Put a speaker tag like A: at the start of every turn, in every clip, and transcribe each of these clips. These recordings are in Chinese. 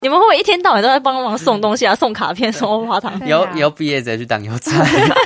A: 你们会不会一天到晚都在帮忙送东西啊，送卡片，送欧花糖？
B: 以后毕业直接去当邮差。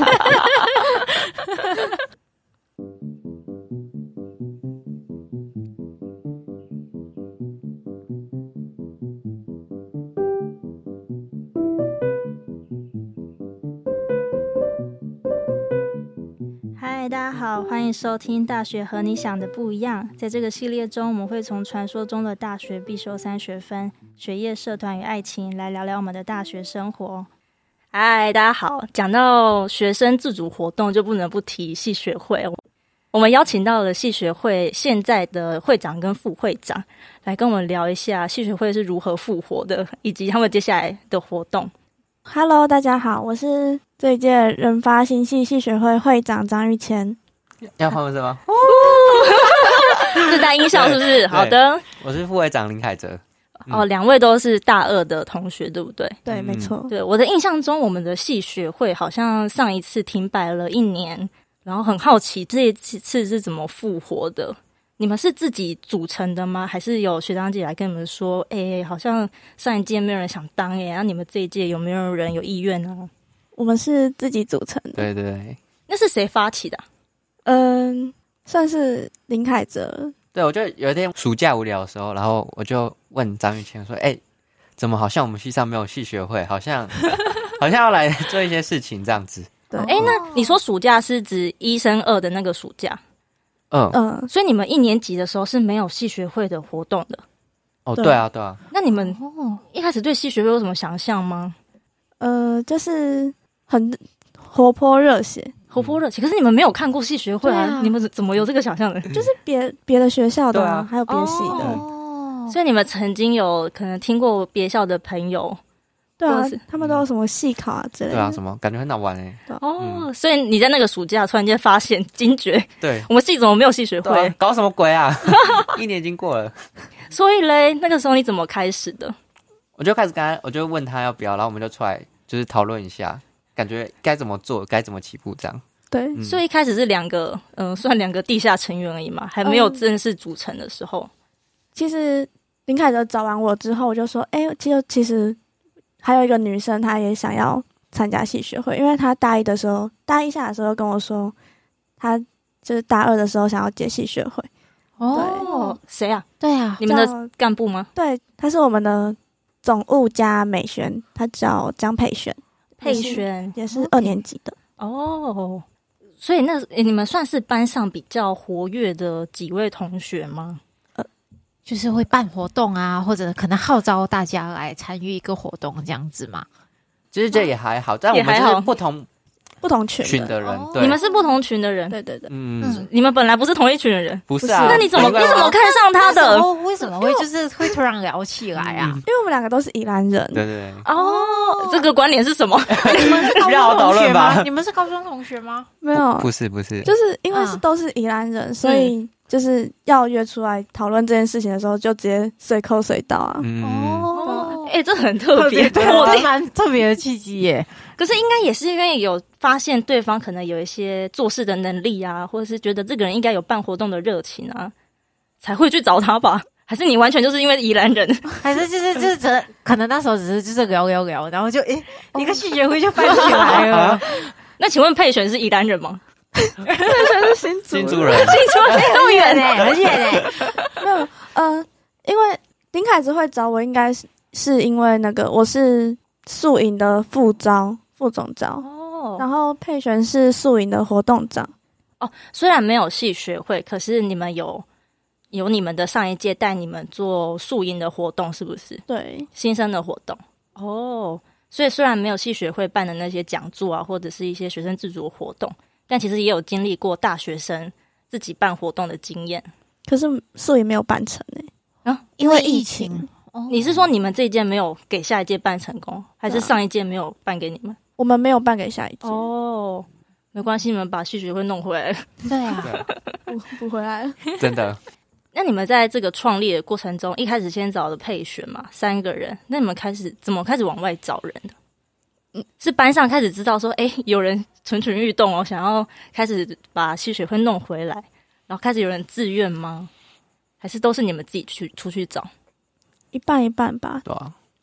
C: 嗨，大家好，欢迎收听《大学和你想的不一样》。在这个系列中，我们会从传说中的大学必修3学分、学业、社团与爱情来聊聊我们的大学生活。
A: 嗨，大家好！讲到学生自主活动，就不能不提系学会。我们邀请到了系学会现在的会长跟副会长来跟我们聊一下系学会是如何复活的，以及他们接下来的活动。
D: Hello， 大家好，我是这一届人发新系系学会会长张玉谦。
B: 要换是吗？
A: 自带音效是不是？好的，
B: 我是副会长林凯哲。
A: 两位都是大二的同学，对不对？
D: 对，没错。
A: 对，我的印象中，我们的系学会好像上一次停摆了1年，然后很好奇这一次是怎么复活的。你们是自己组成的吗？还是有学长姐来跟你们说，好像上一届没有人想当那你们这一届有没有人有意愿呢？
D: 我们是自己组成的。
B: 对对对。
A: 那是谁发起的？
D: 算是林凯哲。
B: 对，我就有一天暑假无聊的时候，然后我就问张玉谦说：“怎么好像我们系上没有系学会？好像要来做一些事情这样子。”
D: 对。
A: 那你说暑假是指1升2的那个暑假？所以你们1年级的时候是没有系学会的活动的。
B: 对啊。
A: 那你们一开始对系学会有什么想象吗？
D: 就是很活泼热血。
A: 可是你们没有看过系学会啊？你们怎么有这个想象的？
D: 就是别的学校的还有别系的。
A: 所以你们曾经有可能听过别校的朋友？
D: 对啊，他们都有什么系考啊之类的。
B: 对啊，什么感觉很好玩
A: 所以你在那个暑假突然间发现惊觉，
B: 对，
A: 我们系怎么没有系学会？
B: 搞什么鬼啊！1年已经过了。
A: 所以嘞，那个时候你怎么开始的？
B: 我就开始我就问他要不要，然后我们就出来就是讨论一下，感觉该怎么做，该怎么起步这样。
D: 对，
A: 所以一开始是算2个地下成员而已嘛，还没有正式组成的时候。
D: 其实林凯哲找完我之后，我就说，其实还有一个女生，她也想要参加系学会，因为她大一下的时候跟我说，她就是大2的时候想要接系学会。
A: 谁啊？
C: 对啊，
A: 你们的干部吗？
D: 对，她是我们的总务加美宣，她叫江佩璇，也是2年级的。
A: 所以你们算是班上比较活跃的几位同学吗？
E: 就是会办活动啊，或者可能号召大家来参与一个活动这样子嘛。
B: 其实这也还好，但我们是不同群的人。对，
A: 你们是不同群的人。
D: 对。
A: 你们本来不是同一群的人。
B: 不是啊。
A: 那你怎么看上他的？
E: 为什么会会突然聊起来啊？
D: 因为我们2个都是宜兰人。
B: 对。
A: 这个关联是什么？
E: 你们是高中同学吗？你们是高中同学吗？
D: 没有，
B: 不是，
D: 就是因为都是宜兰人，所以就是要约出来讨论这件事情的时候，就直接随口随到啊。
A: 这很特别，
E: 我蛮特别的契机耶。
A: 可是应该也是因为有发现对方可能有一些做事的能力啊，或者是觉得这个人应该有办活动的热情啊，才会去找他吧？还是你完全就是因为宜兰人？
E: 还是就是可能那时候只是就是聊，然后就一个系学会就办起来了。
A: 那请问佩璇是宜兰人吗？
D: 佩璇是新竹
B: 人，
E: 很远很远
D: 没有，因为林凯哲会找我，应该是因为我是宿营的副总召然后佩璇是宿营的活动长。
A: 虽然没有系学会，可是你们有你们的上一届带你们做宿营的活动，是不是？
D: 对，
A: 新生的活动。所以虽然没有系学会办的那些讲座啊，或者是一些学生自主的活动，但其实也有经历过大学生自己办活动的经验。
D: 可是宿营没有办成
E: 因为疫情。
A: 你是说你们这一届没有给下一届办成功，还是上一届没有办给你们？
D: 我们没有办给下一届。
A: 没关系，你们把系学会弄回来了。
E: 对啊，
D: 补回来了，
B: 真的。
A: 那你们在这个创立的过程中，一开始先找的配选嘛，3个人，那你们怎么开始往外找人的？是班上开始知道说，有人蠢蠢欲动想要开始把系学会弄回来，然后开始有人自愿吗？还是都是你们自己出去找？
D: 一半一半吧。
B: 对啊，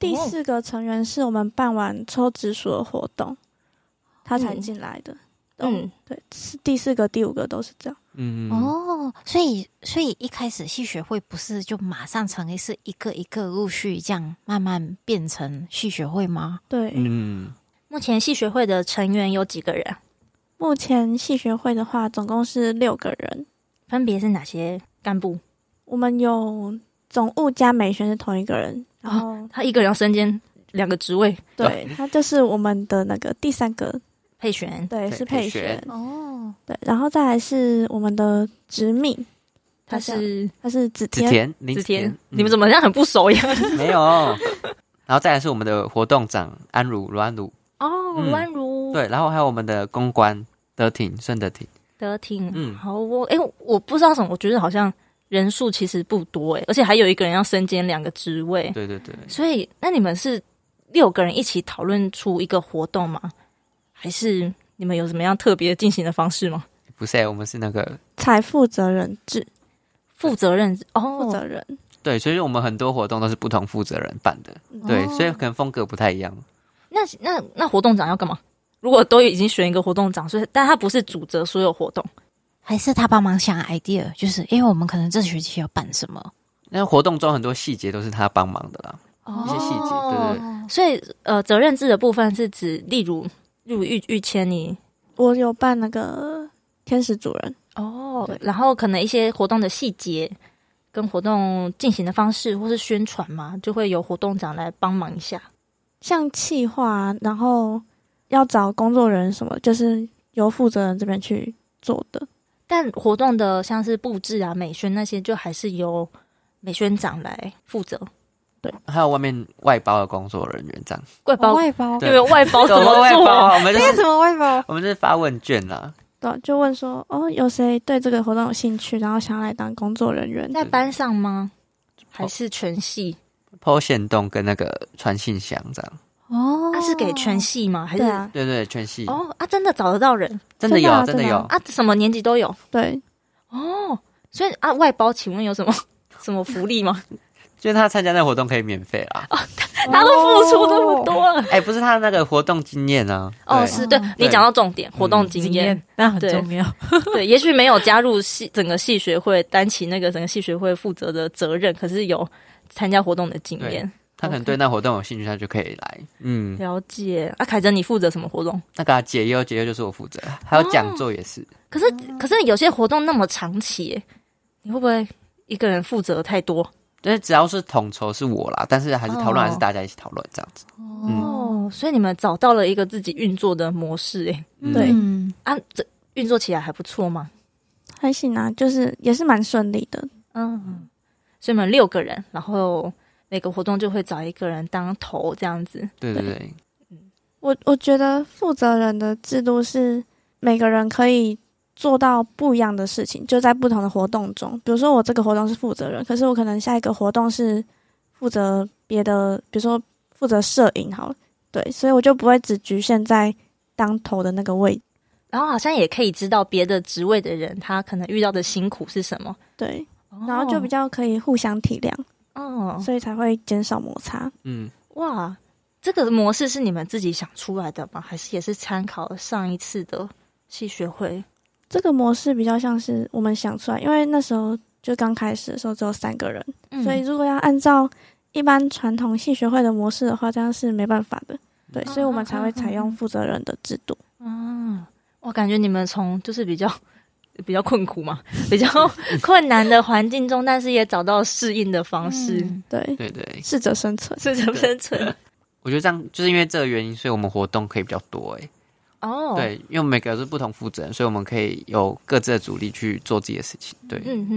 D: 第4个成员是我们办完抽直属的活动，他才进来的。对，是第4个、第5个都是这样。
E: 所以一开始系学会不是就马上成立，是一个一个陆续这样慢慢变成系学会吗？
D: 对，
A: 目前系学会的成员有几个人？
D: 目前系学会的话，总共是6个人，
A: 分别是哪些干部？
D: 我们有总务加美宣是同一个人，然后
A: 他一个人要身兼2个职位。
D: 对，他就是我们的那个第3个
A: 配璇，
D: 对，是配璇。对，然后再来是我们的执秘，他是子田，
A: 你们怎么像很不熟一样？
B: 没有。然后再来是我们的活动长卢安如。
A: 卢安如。
B: 对，然后还有我们的公关顺德挺。
A: 好，我不知道什么，我觉得好像人数其实不多而且还有一个人要身兼2个职位。
B: 对。
A: 所以那你们是6个人一起讨论出一个活动吗？还是你们有什么样特别进行的方式吗？
B: 不是我们是那个
D: 采负责人制。
A: 负责人。
B: 对，所以我们很多活动都是不同负责人办的。对，所以可能风格不太一样。
A: 那活动长要干嘛？如果都已经选一个活动长，所以但他不是主责所有活动，
E: 还是他帮忙想 idea， 就是因为我们可能这学期要办什么，
B: 那活动中很多细节都是他帮忙的啦。一些细节。对。
A: 所以责任制的部分是指例如玉谦你，
D: 我有办那个天使主人。
A: 然后可能一些活动的细节跟活动进行的方式或是宣传嘛，就会由活动长来帮忙一下。
D: 像企划，然后要找工作人员什么，就是由负责人这边去做的。
A: 但活动的像是布置啊、美宣那些，就还是由美宣长来负责。
D: 对，
B: 还有外包的工作人员这样。
E: 外包，
A: 因为外包怎么做？
B: 我们就是
E: 怎么外包？
B: 我们就是发问卷啦。
D: 对，就问说有谁对这个活动有兴趣，然后想要来当工作人员。
A: 在班上吗？还是全系
B: ？po 限动跟那个传信箱这样。
A: 是给全系吗？还是
B: 对全系。
A: 真的找得到人？
B: 真的有
A: 什么年级都有。
D: 对。
A: 所以外包请问有什么福利吗？
B: 就是他参加那个活动可以免费啦。
A: 他都付出这么多了。
B: 不是他那个活动经验啊。
A: 是对，你讲到重点，活动经验
E: 那很重要。
A: 对，也许没有加入整个系学会，担起那个整个系学会负责的责任，可是有参加活动的经验。
B: 他可能对那活动有兴趣，他就可以来。
A: 了解。凯哲，你负责什么活动？
B: 那个解忧就是我负责，还有讲座也是。
A: 可是有些活动那么长期，你会不会一个人负责太多？
B: 对，只要是统筹是我啦，但是还是讨论还是大家一起讨论这样子。
A: 所以你们找到了一个自己运作的模式
D: 对。
A: 这运作起来还不错吗？
D: 还行啊，就是也是蛮顺利的。
A: 所以你们6个人，然后每个活动就会找一个人当头这样子。
B: 对。
D: 我觉得负责人的制度是每个人可以做到不一样的事情，就在不同的活动中。比如说我这个活动是负责人，可是我可能下一个活动是负责别的，比如说负责摄影好了。对，所以我就不会只局限在当头的那个位置。
A: 然后好像也可以知道别的职位的人他可能遇到的辛苦是什么。
D: 对，然后就比较可以互相体谅。所以才会减少摩擦。
A: 哇，这个模式是你们自己想出来的吗？还是也是参考上一次的系学会？
D: 这个模式比较像是我们想出来，因为那时候就刚开始的时候只有3个人，所以如果要按照一般传统系学会的模式的话，这样是没办法的。对，所以我们才会采用负责人的制度。
A: 我感觉你们从就是比较困苦嘛，比较困难的环境中，但是也找到适应的方式。
D: 对，适者生存。
B: 我觉得这样就是因为这个原因，所以我们活动可以比较多。对，因为我们每个是不同负责人，所以我们可以有各自的主力去做自己的事情。对。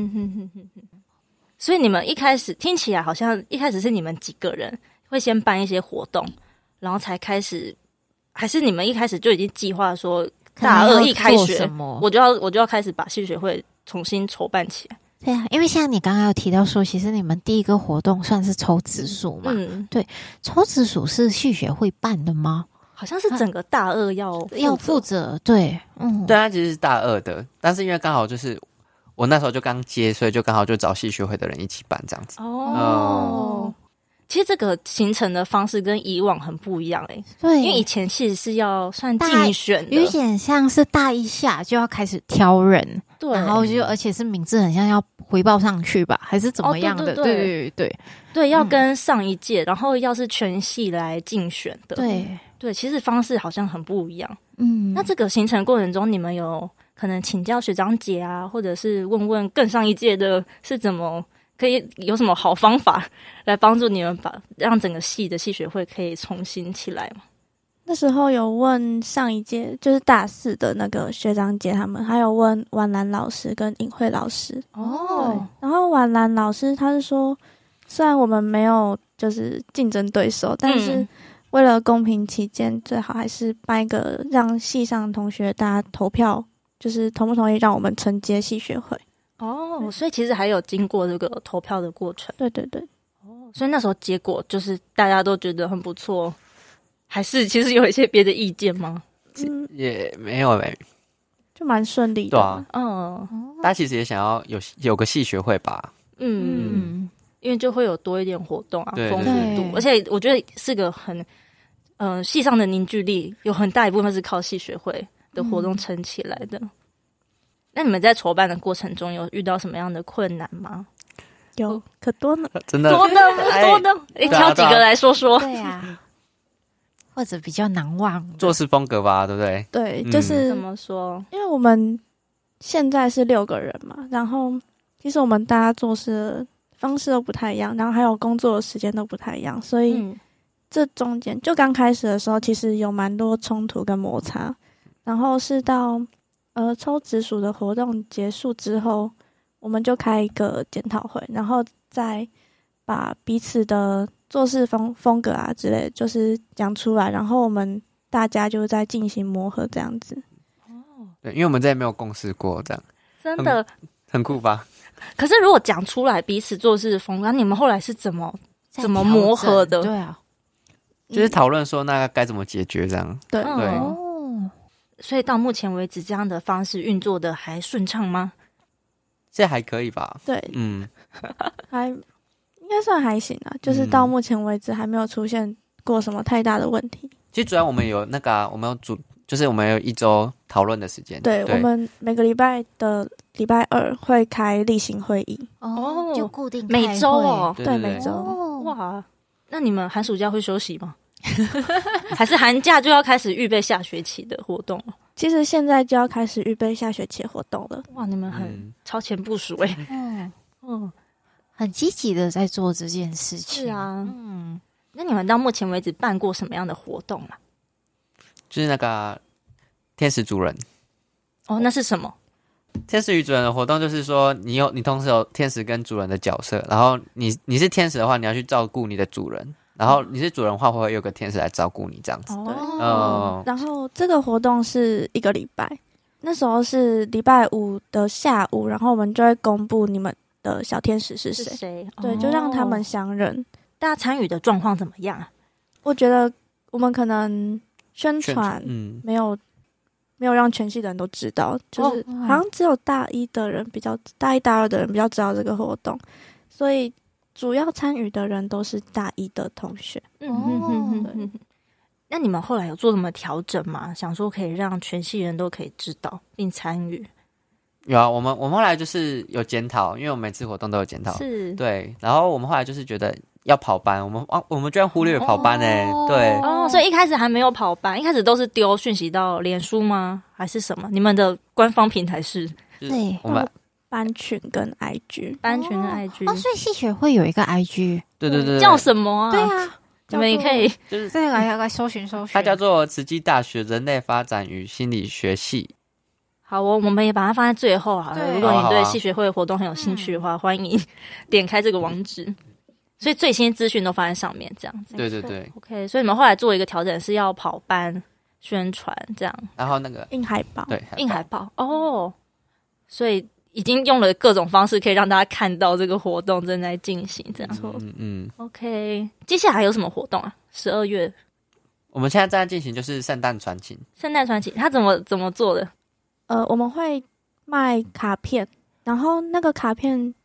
A: 所以你们一开始听起来好像一开始是你们几个人会先办一些活动，然后才开始，还是你们一开始就已经计划说大2一开学我就要开始把系学会重新筹办起来？
E: 对啊，因为像你刚刚有提到说，其实你们第一个活动算是抽直属嘛。对，抽直属是系学会办的吗？
A: 好像是整个大2要
E: 负责。对，
B: 对，他其实是大2的，但是因为刚好就是我那时候就刚接，所以就刚好就找系学会的人一起办这样子。
A: 其实这个形成的方式跟以往很不一样
E: 对，
A: 因为以前其实是要算竞选的，
E: 有点像是大一下就要开始挑人，
A: 对，
E: 然后而且是名字很像要回报上去吧，还是怎么样的？
A: 对，要跟上一届，然后要是全系来竞选的，对，其实方式好像很不一样。那这个形成过程中，你们有可能请教学长姐啊，或者是问问更上一届的是怎么可以有什么好方法来帮助你们让整个系的系学会可以重新起来吗？
D: 那时候有问上一届就是大四的那个学长姐他们，还有问婉兰老师跟尹慧老师。然后婉兰老师他是说，虽然我们没有就是竞争对手，但是为了公平起见，最好还是办一个让系上的同学大家投票，就是同不同意让我们承接系学会。
A: 所以其实还有经过这个投票的过程。
D: 对。
A: 所以那时候结果就是大家都觉得很不错，还是其实有一些别的意见吗？
B: 也没有
D: 就蛮顺利的。
B: 对啊，大家其实也想要有个系学会吧。
A: 因为就会有多一点活动啊，丰富度，而且我觉得是个很系上的凝聚力，有很大一部分是靠系学会的活动撑起来的。那你们在筹办的过程中有遇到什么样的困难吗？
D: 有，可多呢，
B: 真的
A: 多呢，挑几个来说说。
E: 对啊，或者比较难忘
B: 做事风格吧，对不对？
D: 对，就是
A: 怎么说？
D: 因为我们现在是6个人嘛，然后其实我们大家做事的方式都不太一样，然后还有工作的时间都不太一样，所以这中间就刚开始的时候，其实有蛮多冲突跟摩擦，然后是到抽直属的活动结束之后，我们就开一个检讨会，然后再把彼此的做事风格啊之类的就是讲出来，然后我们大家就在进行磨合这样子。
B: 对，因为我们之前没有共识过，这样
A: 真的
B: 很酷吧？
A: 可是如果讲出来彼此做事的风格，你们后来是怎么磨合的？
E: 对啊，
B: 就是讨论说那该怎么解决这样。
D: 对。
A: 所以到目前为止，这样的方式运作的还顺畅吗？
B: 这还可以吧？
D: 对，还应该算还行啊，就是到目前为止还没有出现过什么太大的问题。
B: 其实主要我们有我们有就是我们有1周讨论的时间。
D: 对，我们每个礼拜的礼拜2会开例行会议。
E: 就固定
A: 每周哦，
D: 对，每周。
A: 哇，那你们寒暑假会休息吗？还是寒假就要开始预备下学期的活动了？
D: 其实现在就要开始预备下学期的活动了。
A: 哇，你们很超前部署
E: 很积极的在做这件事情。
A: 是啊，那你们到目前为止办过什么样的活动啊？
B: 就是那个天使主人。
A: 那是什么？
B: 天使与主人的活动就是说，你同时有天使跟主人的角色，然后你是天使的话，你要去照顾你的主人。然后你是主人的话，会有个天使来照顾你这样子。
D: 然后这个活动是1个礼拜，那时候是礼拜5的下午，然后我们就会公布你们的小天使是谁。对，就让他们相认。
A: 大家参与的状况怎么样啊？
D: 我觉得我们可能宣传没有让全系的人都知道，就是好像只有大一、大2的人比较知道这个活动，所以主要参与的人都是大一的同学。
A: 那你们后来有做什么调整吗？想说可以让全系人都可以知道并参与。
B: 有啊，我们后来就是有检讨，因为我们每次活动都有检讨。
A: 是，
B: 对。然后我们后来就是觉得要跑班，我们居然忽略跑班对。
A: 所以一开始还没有跑班，一开始都是丢讯息到脸书吗？还是什么？你们的官方平台是？
B: 对，我们
D: 班群跟 IG，
E: 所以系学会有一个 IG，
B: 对，
A: 叫什么啊？
E: 对啊，
A: 你们也可以
B: 就是
E: 这个来搜寻，
B: 它叫做慈济大学人类发展与心理学系。
A: 好，我们也把它放在最后好了。如果你对系学会的活动很有兴趣的话，欢迎点开这个网址。所以最新资讯都放在上面，这样子。
B: 对。
A: OK， 所以你们后来做一个调整，是要跑班宣传这样，
B: 然后那个
D: 印海报，
B: 对，
A: 印海报所以已经用了各种方式可以让大家看到这个活动正在进行，这样。OK， 接下来有什么活动啊？12月，
B: 我们现在正在进行就是圣诞传情。
A: 圣诞传情，它怎么做的？
D: 我们会卖卡片，然后那个卡片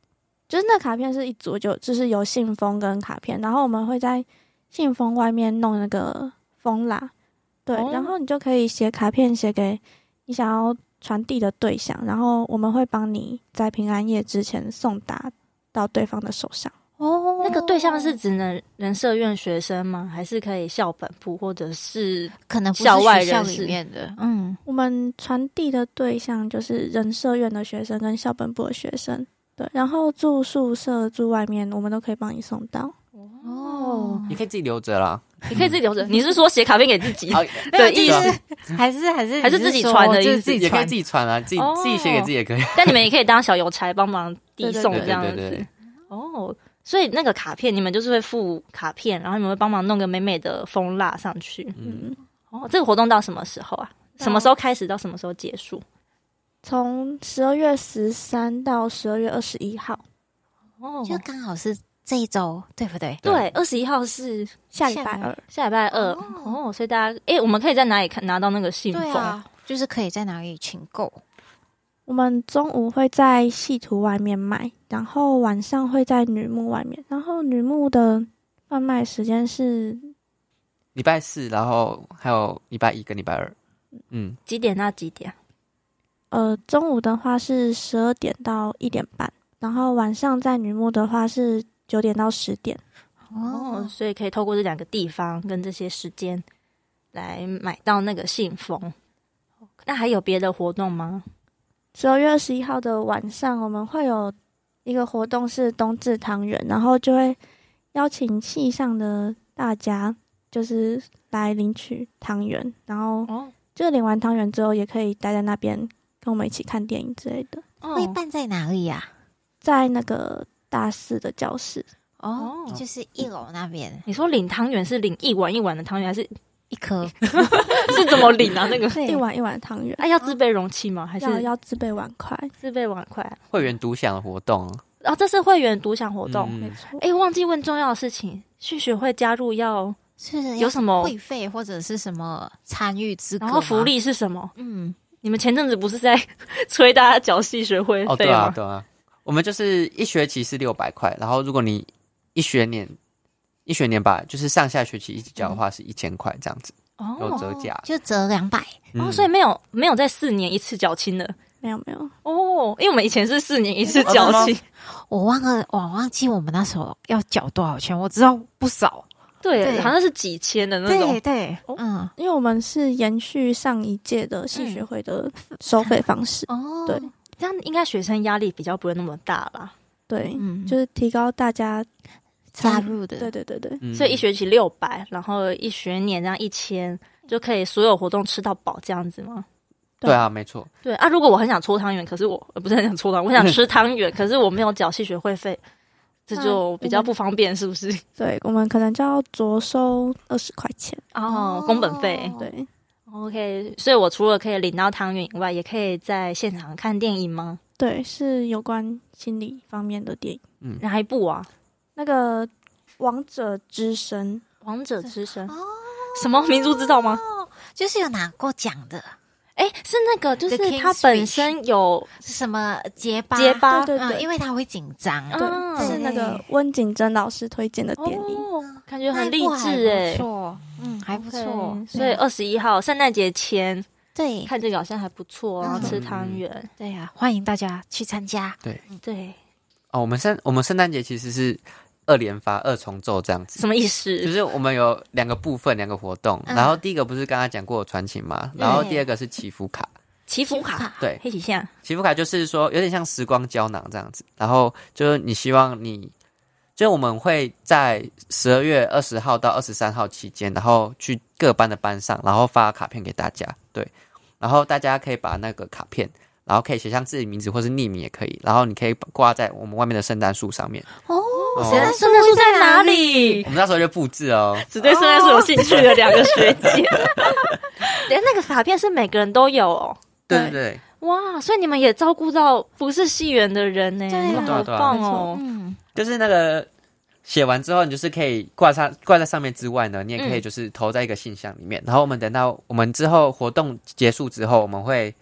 D: 就是那卡片是一组，就是有信封跟卡片，然后我们会在信封外面弄那个封蜡，对，然后你就可以写卡片，写给你想要传递的对象，然后我们会帮你在平安夜之前送达到对方的手上。
A: 哦，那个对象是只能人社院学生吗？还是可以校本部或者是
E: 可能不是
A: 校外
E: 学校
A: 人士
E: 里面的，
D: 我们传递的对象就是人社院的学生跟校本部的学生，对，然后住宿舍、住外面，我们都可以帮你送到。
A: 哦，
B: 你可以自己留着啦。
A: 你可以自己留着。你是说写卡片给自己
B: 好
A: 的意思？
E: 还是
A: 自己传的意思
E: 就是自己
B: 也可以
E: 传
B: 自己传啊，自己写给自己也可以。
A: 但你们也可以当小邮差帮忙递送
D: 对
A: 这样子。
B: 对对对
A: 哦，所以那个卡片你们就是会附卡片，然后你们会帮忙弄个美美的封蜡上去。哦，这个活动到什么时候啊？什么时候开始到什么时候结束？
D: 从12月13到12月21号，
A: 哦，
E: 就刚好是这一周，对不对？
A: 对21号是
D: 下礼拜二。
A: 下礼拜二哦，所以大家我们可以在哪里拿到那个信封？
E: 对啊，就是可以在哪里请购。
D: 我们中午会在系图外面卖，然后晚上会在女木外面，然后女木的贩卖时间是
B: 礼拜四，然后还有礼拜一跟礼拜二。
A: 几点到几点？
D: 中午的话是12点到1点半，然后晚上在女木的话是9点到10点。
A: 哦，所以可以透过这两个地方跟这些时间来买到那个信封。那还有别的活动吗
D: 12月21号的晚上，我们会有一个活动是冬至汤圆，然后就会邀请系上的大家就是来领取汤圆，然后就是领完汤圆之后也可以待在那边跟我们一起看电影之类的。
E: 会办在哪里呀？
D: 在那个大4的教室。
E: 就是1楼那边。
A: 你说领汤圆是领一碗一碗的汤圆，还是
E: 一颗？
A: 是怎么领啊？那个
D: 一碗一碗的汤圆。
A: 要自备容器吗？还是
D: 要自备碗筷？
A: 自备碗筷。
B: 会员独享的活动。
A: 这是会员独享活动。
D: 没错。
A: 忘记问重要的事情，续学会加入
E: 是
A: 有什么
E: 会费或者是什么参与资格吗？
A: 然后福利是什么？你们前阵子不是在催大家缴系学会费吗？
B: 对啊，对啊。我们就是一学期是600块，然后如果你一学年吧，就是上下学期一起缴的话是1000块这样子，有折价，
E: 就折200。
A: 所以没有在4年一次缴清的。
D: 没有
A: 因为我们以前是4年一次缴清。
E: 我忘记我们那时候要缴多少钱，我知道不少。
A: 对，好像是几千的那种。
E: 对，
D: 因为我们是延续上一届的系学会的收费方式。对，
A: 这样应该学生压力比较不会那么大吧？
D: 对，就是提高大家
E: 加入的。
D: 对，
A: 所以一学期600，然后一学年这样1000，就可以所有活动吃到饱这样子吗？
B: 对啊，没错。
A: 对啊，如果我很想搓汤圆，可是我不是很想搓汤圆，我想吃汤圆，可是我没有缴系学会费，这就比较不方便，是不是？
D: 对，我们可能就要着收20块钱
A: 工本费。
D: 对
A: ，OK， 所以我除了可以领到汤圆以外，也可以在现场看电影吗？
D: 对，是有关心理方面的电影。
A: 哪一部啊？
D: 那个《王者之声》。
A: 王者之声什么？明珠知道吗？
E: 就是有拿过奖的。
A: 是那个，就是他本身有
E: 什么结巴，
D: 对，
E: 因为他会紧张，
D: 是那个温景珍老师推荐的电影，
A: 感觉很励志
E: 不错，还不错。
A: 所以21号圣诞节前，
E: 对，
A: 看这个好像还不错，然后吃汤圆，
E: 对呀，欢迎大家去参加。
A: 对。
B: 我们圣诞节其实是2连发2重奏这样子。
A: 什么意思？
B: 就是我们有2个部分2个活动，然后第一个不是刚刚讲过传情嘛，然后第二个是祈福卡。
A: 祈福卡，
B: 对，
A: 黑起下
B: 祈福卡就是说有点像时光胶囊这样子，然后就是你希望就是我们会在12月20号到23号期间，然后去各班的班上，然后发卡片给大家，对，然后大家可以把那个卡片，然后可以写上自己名字或是匿名也可以，然后你可以挂在我们外面的圣诞树上面。
A: 圣诞树在哪里？
B: 我们那时候就布置
A: 只对圣诞树有兴趣的2个学姐。那个卡片是每个人都有
B: 对，
A: 哇，所以你们也照顾到不是系园的人呢，好棒哦。
B: 就是那个写完之后，你就是可以挂在上面之外呢，你也可以就是投在一个信箱里面，然后我们等到我们之后活动结束之后，我们会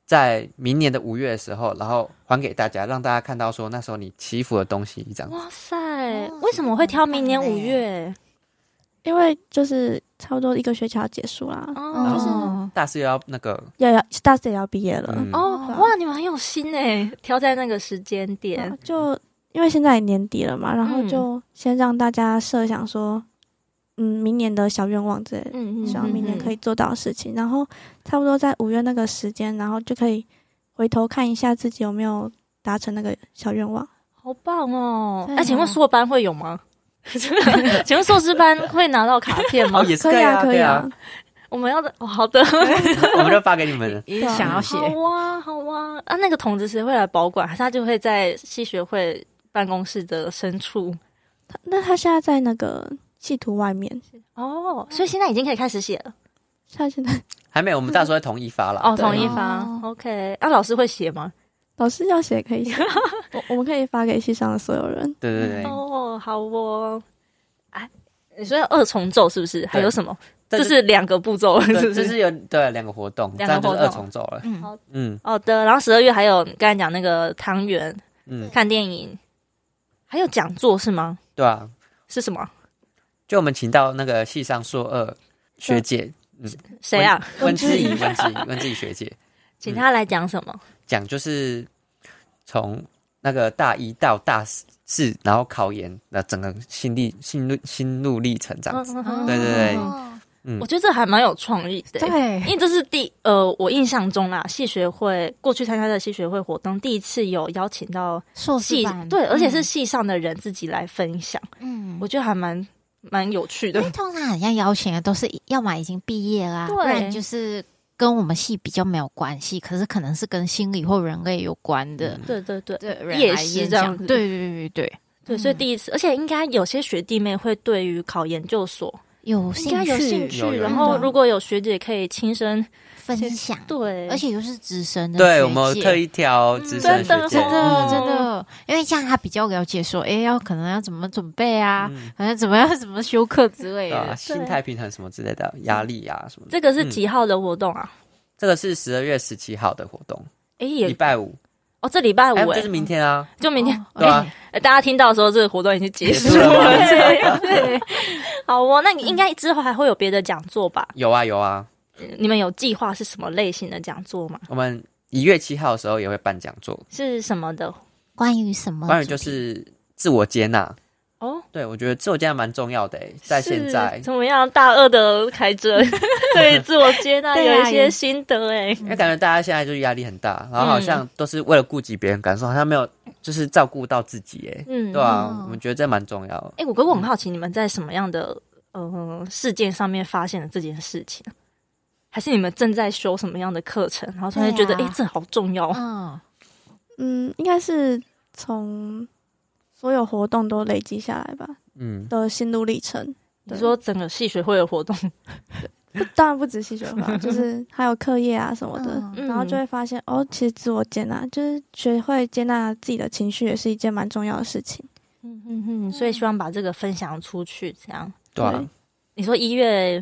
B: 在明年的5月的时候，然后还给大家，让大家看到说那时候你祈福的东西这样子。
A: 哇塞，为什么会挑明年5月？
D: 因为就是差不多1个学期要结束啦，
E: 哦，
B: 大四要那个
D: 要大四也要毕业了。
A: 哦，哇，你们很有心哎，挑在那个时间点。
D: 就因为现在也年底了嘛，然后就先让大家设想说，明年的小愿望之类的，希望明年可以做到的事情。然后差不多在5月那个时间，然后就可以回头看一下自己有没有达成那个小愿望。
A: 好棒哦！那请问硕班会有吗？请问硕士班会拿到卡片吗？
B: 也是可以啊，
D: 可以啊。
A: 我们要的好的，
B: 我们就发给你们了。
E: 也想要写。
A: 好啊，好啊。啊，那个筒子谁会来保管？还是他就会在系学会办公室的深处？
D: 那他现在在那个系图外面
A: 哦，所以现在已经可以开始写了。
D: 他现在
B: 还没有，我们到时候会统一发啦。
A: 哦，统一发。OK，老师会写吗？
D: 老师要写可以写，我们可以发给系上的所有人。
B: 对对对。
A: 哦，好哦。哎，你说2重奏是不是？还有什么？这是2个步骤，是不是？
B: 这是有2个活动，这样就是2重奏了。
A: 好的。然后12月还有刚才讲那个汤圆，看电影，还有讲座是吗？
B: 对啊。
A: 是什么？
B: 就我们请到那个系上硕2学姐，
A: 谁啊？
B: 温之怡学姐，
A: 请她来讲什么？
B: 讲就是从那个大1到大4，然后考研的整个心路历程这样子。对对对。
A: 我觉得这还蛮有创意的。
E: 对，
A: 因为这是我印象中啦，系学会过去参加的系学会活动，第一次有邀请到
E: 硕士班，
A: 对，而且是系上的人自己来分享。我觉得还蛮有趣的。
E: 因为通常好像邀请的都是要么已经毕业啦，
A: 对，
E: 不然就是跟我们系比较没有关系，可是可能是跟心理或人类有关的。
A: 对对对，
E: 对，
A: 也是这样子。
E: 对对对对
A: 对，所以第一次，而且应该有些学弟妹会对于考研究所
E: 有
A: 兴趣，然后如果有学姐可以亲身
E: 分享，
A: 对，
E: 而且又是资深的，
B: 对，我们特意挑资深学姐，
E: 真的，因为这样他比较了解说，可能要怎么准备啊，可能怎么修课之类的，
B: 心态平衡什么之类的，压力啊什么的。
A: 这个是几号的活动啊？
B: 这个是12月17号的活动，
A: 礼
B: 拜5。
A: 哦，这礼拜5
B: 就是明天啊，
A: 就明天。
B: 对啊，
A: 大家听到的时候，这个活动已经结束了。对，好哦，那你应该之后还会有别的讲座吧？
B: 有啊。
A: 你们有计划是什么类型的讲座吗？
B: 我们1月7号的时候也会办讲座，
A: 是什么的？
E: 关于什么？
B: 关于就是自我接纳。
A: 哦，
B: 对，我觉得自我接纳蛮重要的在现在。
A: 怎么样？大2的凯哲对自我接纳有一些心得
B: 因为感觉大家现在就是压力很大，然后好像都是为了顾及别人感受，好像没有就是照顾到自己对啊，我们觉得这蛮重要的。
A: 我很好奇，你们在什么样的事件上面发现了这件事情？还是你们正在修什么样的课程，然后突然觉得这好重要？
D: 应该是从所有活动都累积下来吧，的心路历程。
A: 你说整个系学会的活动，
D: 当然不止系学会，就是还有课业啊什么的，然后就会发现其实自我接纳，就是学会接纳自己的情绪，也是一件蛮重要的事情。
A: 所以希望把这个分享出去，这样。
B: 对啊。
A: 你说1月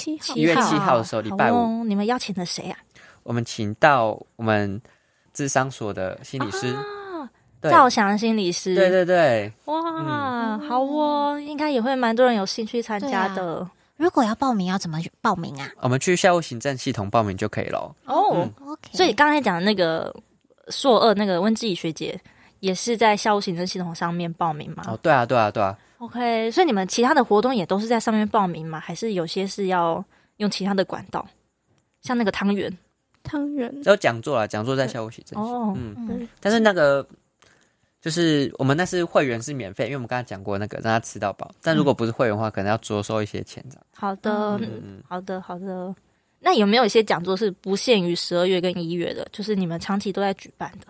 B: 7号的时候，礼拜5，
A: 你们邀请了谁啊？
B: 我们请到我们諮商所的心理师。
A: 赵翔心理师，
B: 对对对，
A: 哇，好哦，应该也会蛮多人有兴趣参加的。
E: 如果要报名，要怎么去报名啊？
B: 我们去校务行政系统报名就可以了。
A: OK。所以刚才讲的那个硕2那个温之怡学姐，也是在校务行政系统上面报名吗？
B: 对啊。
A: OK， 所以你们其他的活动也都是在上面报名吗？还是有些是要用其他的管道？像那个汤圆
B: 有讲座在校务行政。但是那个。就是我们那是会员是免费，因为我们刚才讲过那个让他吃到饱，但如果不是会员的话，可能要多收一些钱这样。
A: 好的，好的。那有没有一些讲座是不限于12月跟1月的，就是你们长期都在举办的？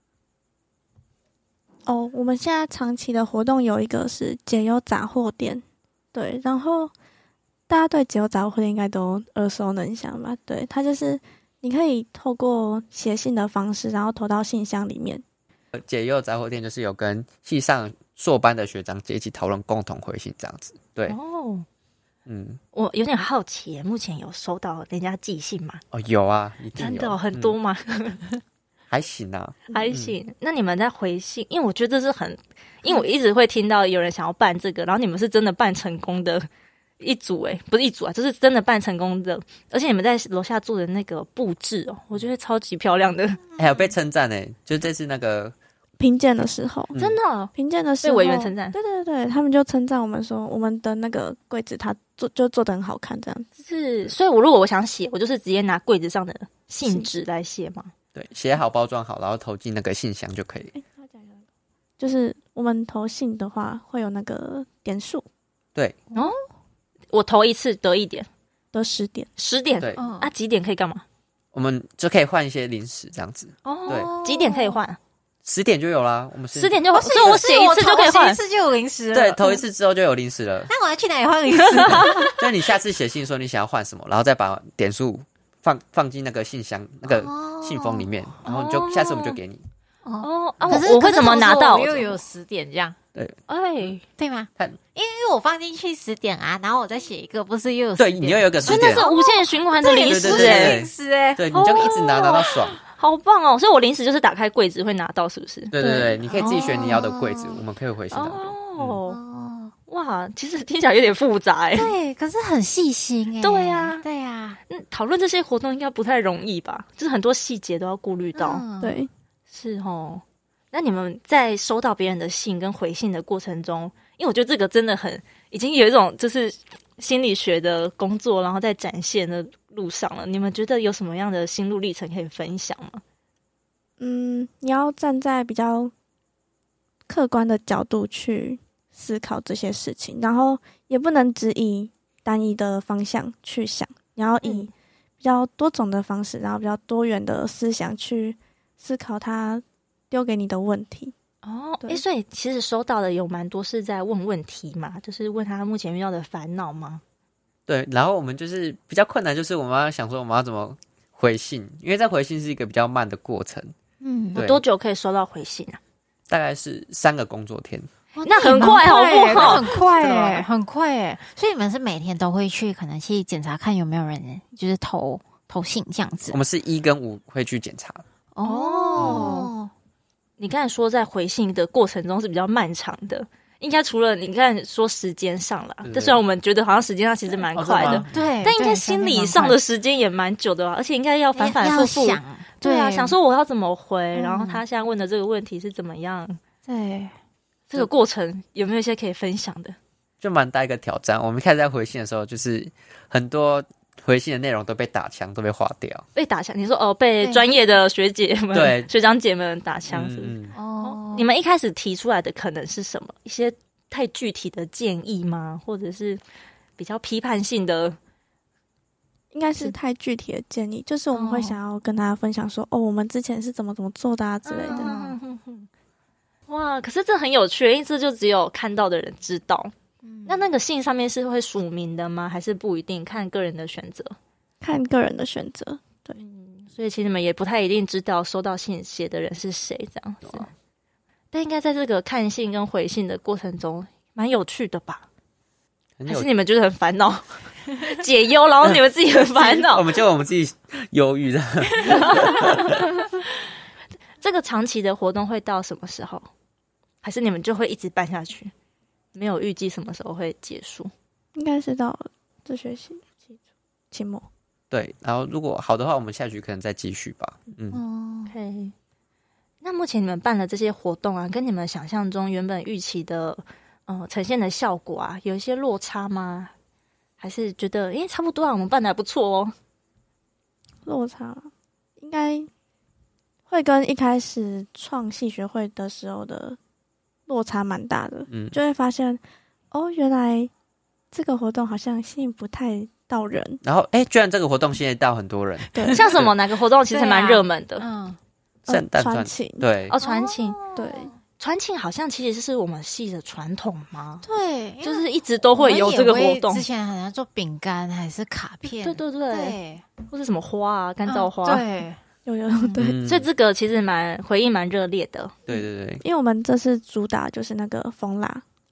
D: 我们现在长期的活动有一个是解忧杂货店，对，然后大家对解忧杂货店应该都耳熟能详吧？对，它就是你可以透过写信的方式，然后投到信箱里面。
B: 解忧杂货店就是有跟系上硕班的学长姐一起讨论，共同回信这样子。对，
A: 我有点好奇，目前有收到人家寄信吗？
B: 哦，有啊，一定有
A: 真的很多吗？
B: 还行啊，
A: 还行。那你们在回信，因为我觉得这是很，因为我一直会听到有人想要办这个，然后你们是真的办成功的一组不是一组啊，就是真的办成功的，而且你们在楼下做的那个布置我觉得超级漂亮的，
B: 还有被称赞就这次那个
D: 评鉴的时候，
A: 真的
D: 评鉴的时候
A: 被委员称赞，
D: 对对对，他们就称赞我们说我们的那个柜子它做得很好看，这样子
A: 是，所以如果我想写，我就是直接拿柜子上的信纸来写嘛。
B: 对，写好包装好，然后投进那个信箱就可以。
D: 就是我们投信的话会有那个点数，
B: 对
A: 我投一次得1点，
D: 得10点
A: 10点，
B: 对
A: 啊，几点可以干嘛？
B: 我们就可以换一些零食这样子。对，
A: 几点可以换
B: 10点就有啦，我们
A: 10点就，所以我写一次就可以换，
E: 一次就有零食了。
B: 对，投一次之后就有零食了。
E: 那我要去哪里换零食？
B: 就你下次写信说你想要换什么，然后再把点数放进那个信箱那个信封里面，然后你就下次我们就给你。
A: 我会怎么拿到？
E: 又有10点这样，
B: 对，
E: 对吗？因为我放进去10点啊，然后我再写一个，不是又有10
B: 对，
E: 点？
B: 你又有一个10
A: 真
B: 点，
A: 的是无限循环的零食
E: 零食
B: 对，你就一直拿到爽。
A: 好棒哦！所以我零食就是打开柜子会拿到，是不是？
B: 对对对，你可以自己选你要的柜子，我们可以回信拿到。
A: 哇，其实听起来有点复杂
E: 对，可是很细心
A: 对啊，
E: 对啊。
A: 讨论这些活动应该不太容易吧？就是很多细节都要顾虑到。
D: 对，
A: 是哦。那你们在收到别人的信跟回信的过程中，因为我觉得这个真的已经有一种就是心理学的工作，然后在展现的路上了。你们觉得有什么样的心路历程可以分享吗？
D: 你要站在比较客观的角度去思考这些事情，然后也不能只以单一的方向去想，你要以比较多种的方式，然后比较多元的思想去思考他丢给你的问题。
A: 所以其实收到的有蛮多是在问问题嘛，就是问他目前遇到的烦恼吗？
B: 对，然后我们就是比较困难，就是我们要想说我们要怎么回信，因为在回信是一个比较慢的过程。对，
A: 多久可以收到回信啊？
B: 大概是3个工作天。
A: 那很快好不好？
E: 很快很快所以你们是每天都会去可能去检查看有没有人就是投信这样子？
B: 我们是1跟5会去检查。
A: 你刚才说在回信的过程中是比较漫长的，应该除了你刚才说时间上啦，但虽然我们觉得好像时间上其实蛮快的，
E: 对，
A: 但应该心理上的时间也蛮久的吧，而且应该要反反复复
E: 想，
A: 对啊，想说我要怎么回，然后他现在问的这个问题是怎么样，
E: 对，
A: 这个过程有没有一些可以分享的？
B: 就蛮大一个挑战。我们一开始在回信的时候，就是很多回信的内容都被打枪，都被划掉。
A: 被打枪？你说被专业的学姐们、
B: 对
A: 学长姐们打枪是不是？你们一开始提出来的可能是什么？一些太具体的建议吗？或者是比较批判性的？
D: 应该是太具体的建议，就是我们会想要跟大家分享说，我们之前是怎么做的之类的。
A: 哇，可是这很有趣，因为这就只有看到的人知道。那个信上面是会署名的吗？还是不一定？看个人的选择。
D: 看个人的选择，对。
A: 所以其实你们也不太一定知道收到信写的人是谁，这样子。但应该在这个看信跟回信的过程中，蛮有趣的吧？还是你们觉得很烦恼，解忧，然后你们自己很烦恼？
B: 我们自己忧郁的。
A: 这个长期的活动会到什么时候？还是你们就会一直办下去？没有预计什么时候会结束？
D: 应该是到这学期期末。
B: 对，然后如果好的话，我们下学期可能再继续吧。
A: OK。那目前你们办的这些活动啊，跟你们想象中原本预期的呈现的效果啊，有一些落差吗？还是觉得差不多啊，我们办的还不错哦？
D: 落差应该会跟一开始创系学会的时候的落差蛮大的，就会发现原来这个活动好像吸引不太到人，
B: 然后居然这个活动现在到很多人，
D: 对，
A: 像什么哪个活动其实蛮热门的？
B: 圣诞
D: 传情，
B: 对，
A: 传情，
D: 对，
A: 传情好像其实是我们系的传统吗？
E: 对，
A: 就是一直都会有这个活动。
E: 之前好像做饼干还是卡片，
A: 对，或是什么花啊，干燥花，
E: 对，
D: 有对，
A: 所以这个其实回应蛮热烈的。
B: 对，
D: 因为我们这次主打就是那个蜂蜡，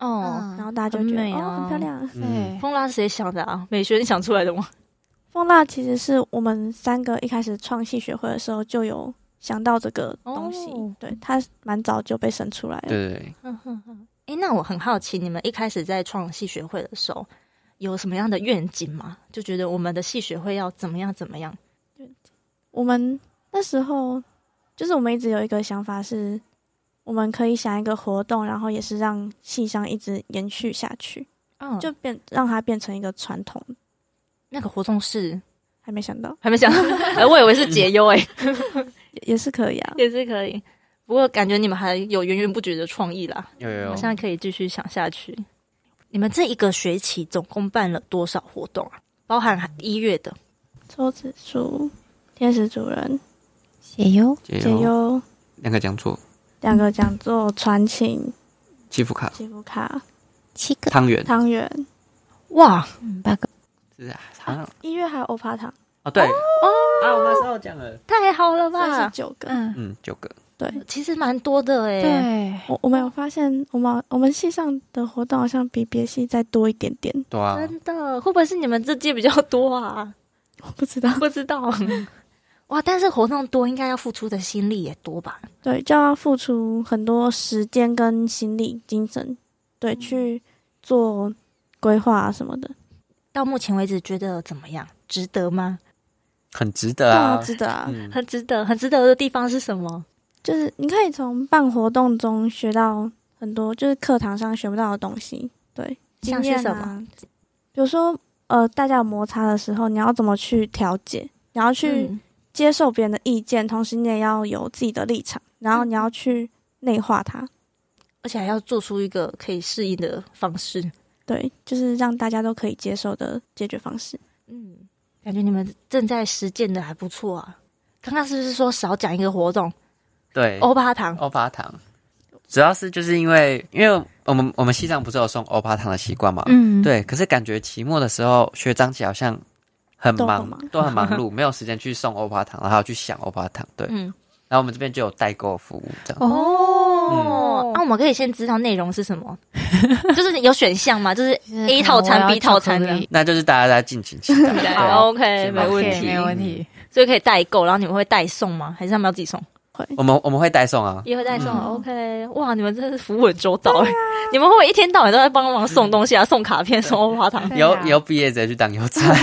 A: 哦，
D: 然后大家就觉得
A: 很美啊
D: 很漂亮。
E: 对，
A: 蜂蜡是谁想的啊？美学你想出来的吗？
D: 蜂蜡其实是我们3个一开始创系学会的时候就有想到这个东西，
A: 哦
D: 对，它蛮早就被生出来了。
B: 对对对，
A: 那我很好奇，你们一开始在创系学会的时候，有什么样的愿景吗？就觉得我们的系学会要怎么样怎么样？
D: 我们那时候就是我们一直有一个想法是，我们可以想一个活动，然后也是让系上一直延续下去，就让它变成一个传统。
A: 那个活动是
D: 还没想到，
A: 还没想，我以为是解忧
D: 也是可以啊，
A: 也是可以。不过感觉你们还有源源不绝的创意啦，
B: 有
A: 我现在可以继续想下去。你们这一个学期总共办了多少活动啊？包含1月的
D: 抽子书、天使主人、
E: 解忧
D: 解忧
B: 2个讲座
D: ，2个讲座、传情、
B: 祈福卡、
D: 祈福卡、
E: 7个
B: 汤圆，
A: 哇
E: 8个，
B: 是好像
D: 1月还有欧趴糖，
B: 哦对啊，我那时候讲了，
A: 太好了
D: 所以是
A: 吧！
D: 9个。
B: 9个，
D: 对，
A: 其实蛮多的
E: 对，
D: 我们有发现，我们系上的活动好像比别系再多一点点，
B: 对啊，
A: 真的，会不会是你们这届比较多啊？
D: 我不知道。
A: 不知道。哇，但是活动多，应该要付出的心力也多吧？
D: 对，就要付出很多时间跟心力、精神，对，去做规划啊什么的。
A: 到目前为止觉得怎么样？值得吗？
B: 很值得啊，
D: 值得啊。
A: 很值得，很值得的地方是什么？
D: 就是你可以从办活动中学到很多，就是课堂上学不到的东西。对，
A: 像
D: 经验
A: 是什么？
D: 比如说，大家有摩擦的时候，你要怎么去调解？你要去接受别人的意见，同时你也要有自己的立场，然后你要去内化它。
A: 而且还要做出一个可以适应的方式。
D: 对，就是让大家都可以接受的解决方式。
A: 感觉你们正在实践的还不错啊。刚刚是不是说少讲一个活动？
B: 对，
A: 欧巴糖，
B: 主要是就是因为我们系上不是有送欧巴糖的习惯嘛，对，可是感觉期末的时候学长姐好像很忙，都很忙碌，没有时间去送欧巴糖，然后去想欧巴糖，对，然后我们这边就有代购服务这样。
A: 那我们可以先知道内容是什么，就是有选项嘛，就是 A 套餐、B 套餐的，
B: 那就是大家在敬请期待。
A: 好 OK， 没问题，
E: 没问题。
A: 所以可以代购，然后你们会代送吗？还是他们要自己送？
B: 我们会代送啊，
A: 也会代送。OK， 哇，你们真的是服务很周到哎！你们会不会一天到晚都在帮忙送东西啊？送卡片、送欧巴糖？
B: 以后毕业直接去当邮差。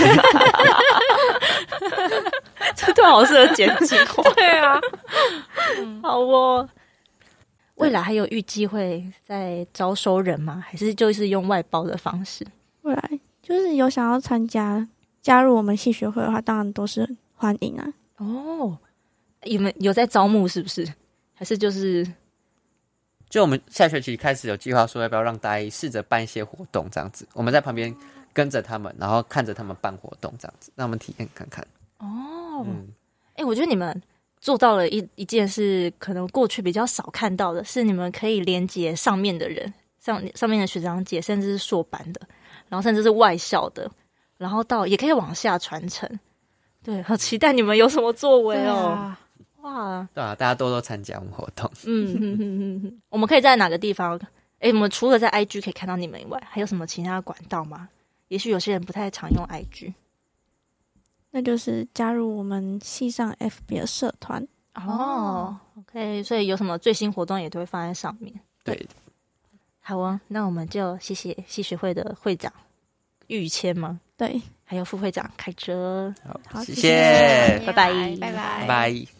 A: 这段好适合剪辑。对啊，好哦。未来还有预计会再招收人吗？还是就是用外包的方式？
D: 未来就是有想要加入我们系学会的话，当然都是欢迎啊。
A: 哦，你们有在招募是不是？还是
B: 就我们下学期开始有计划说，要不要让大一试着办一些活动这样子？我们在旁边跟着他们，然后看着他们办活动这样子，让他们体验看看。
A: 哦，我觉得你们做到了一件事，可能过去比较少看到的是，你们可以连接上面的人，上面的学长姐，甚至是硕班的，然后甚至是外校的，然后也可以往下传承。对，好期待你们有什么作为哦！哇，
B: 对啊，大家多参加我们活动。
A: 我们可以在哪个地方？我们除了在 IG 可以看到你们以外，还有什么其他的管道吗？也许有些人不太常用 IG。
D: 那就是加入我们系上 FB 的社团
A: OK， 所以有什么最新活动也都会放在上面。
B: 对，
A: 好啊，那我们就谢谢系学会的会长玉谦吗？
D: 对，
A: 还有副会长凯哲。
B: 好，谢谢，
A: 拜拜，
E: 拜拜，
B: 拜拜。